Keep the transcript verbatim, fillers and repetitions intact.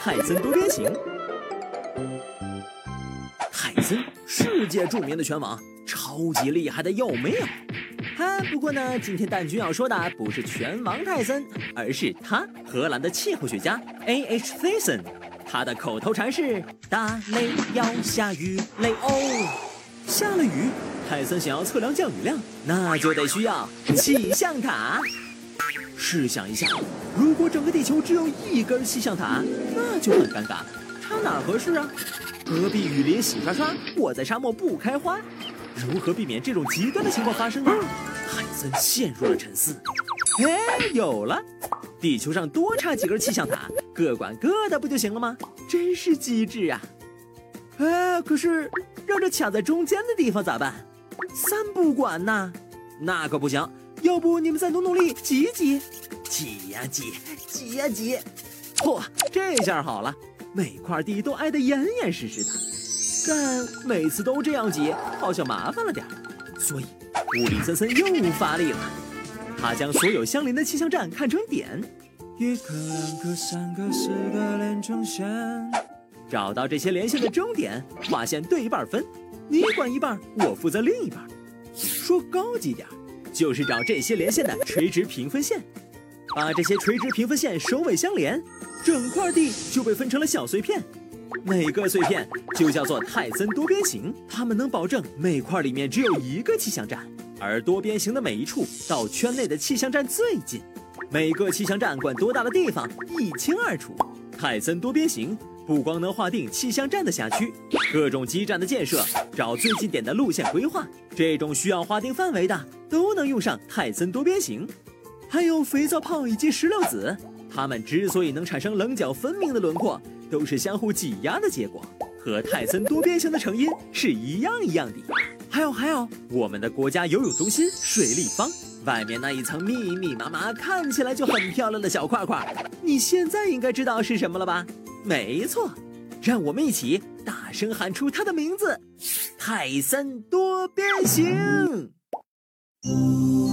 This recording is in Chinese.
泰森多边形。泰森，世界著名的拳王，超级厉害的有没有？哈，不过呢，今天蛋君要说的不是拳王泰森，而是他荷兰的气候学家 A H Thiessen。他的口头禅是打雷要下雨雷哦。下了雨，泰森想要测量降雨量，那就得需要气象塔。试想一下，如果整个地球只有一根气象塔，那就很尴尬，插哪儿合适啊？隔壁雨林洗刷刷，我在沙漠不开花，如何避免这种极端的情况发生呢？泰森陷入了沉思。哎，有了！地球上多插几根气象塔，各管各的不就行了吗？真是机智啊！哎，可是让这卡在中间的地方咋办？三不管呐，那可不行。要不你们再努努力挤一挤，挤呀挤，挤呀挤。嚯，这下好了，每块地都挨得严严实实的。但每次都这样挤，好像麻烦了点，所以布里森森又发力了。他将所有相邻的气象站看成点，一颗、两颗、三颗、四个连成线，找到这些连线的终点，划线对半分，你管一半，我负责另一半。说高级点，就是找这些连线的垂直平分线，把这些垂直平分线首尾相连，整块地就被分成了小碎片，每个碎片就叫做泰森多边形。它们能保证每块里面只有一个气象站，而多边形的每一处到圈内的气象站最近，每个气象站管多大的地方一清二楚。泰森多边形不光能划定气象站的辖区，各种基站的建设，找最近点的路线规划，这种需要划定范围的都能用上泰森多边形。还有肥皂泡以及石榴籽，它们之所以能产生棱角分明的轮廓，都是相互挤压的结果，和泰森多边形的成因是一样一样的。还有还有，我们的国家游泳中心水立方外面那一层密密麻麻，看起来就很漂亮的小块块，你现在应该知道是什么了吧？没错，让我们一起大声喊出它的名字：泰森多边形。